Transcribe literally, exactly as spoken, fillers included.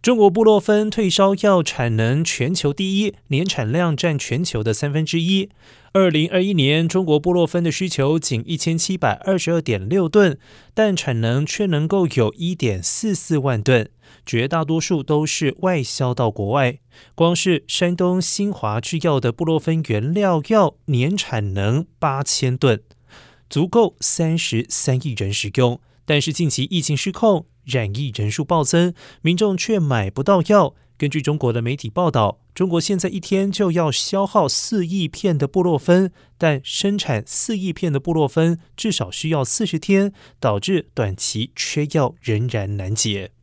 中国布洛芬退烧药产能全球第一，年产量占全球的三分之一。二零二一年，中国布洛芬的需求仅一千七百二十二点六吨，但产能却能够有一点四四万吨，绝大多数都是外销到国外。光是山东新华制药的布洛芬原料药年产能八千吨，足够三十三亿人使用。但是近期疫情失控，染疫人数暴增，民众却买不到药。根据中国的媒体报道，中国现在一天就要消耗四亿片的布洛芬，但生产四亿片的布洛芬至少需要四十天，导致短期缺药仍然难解。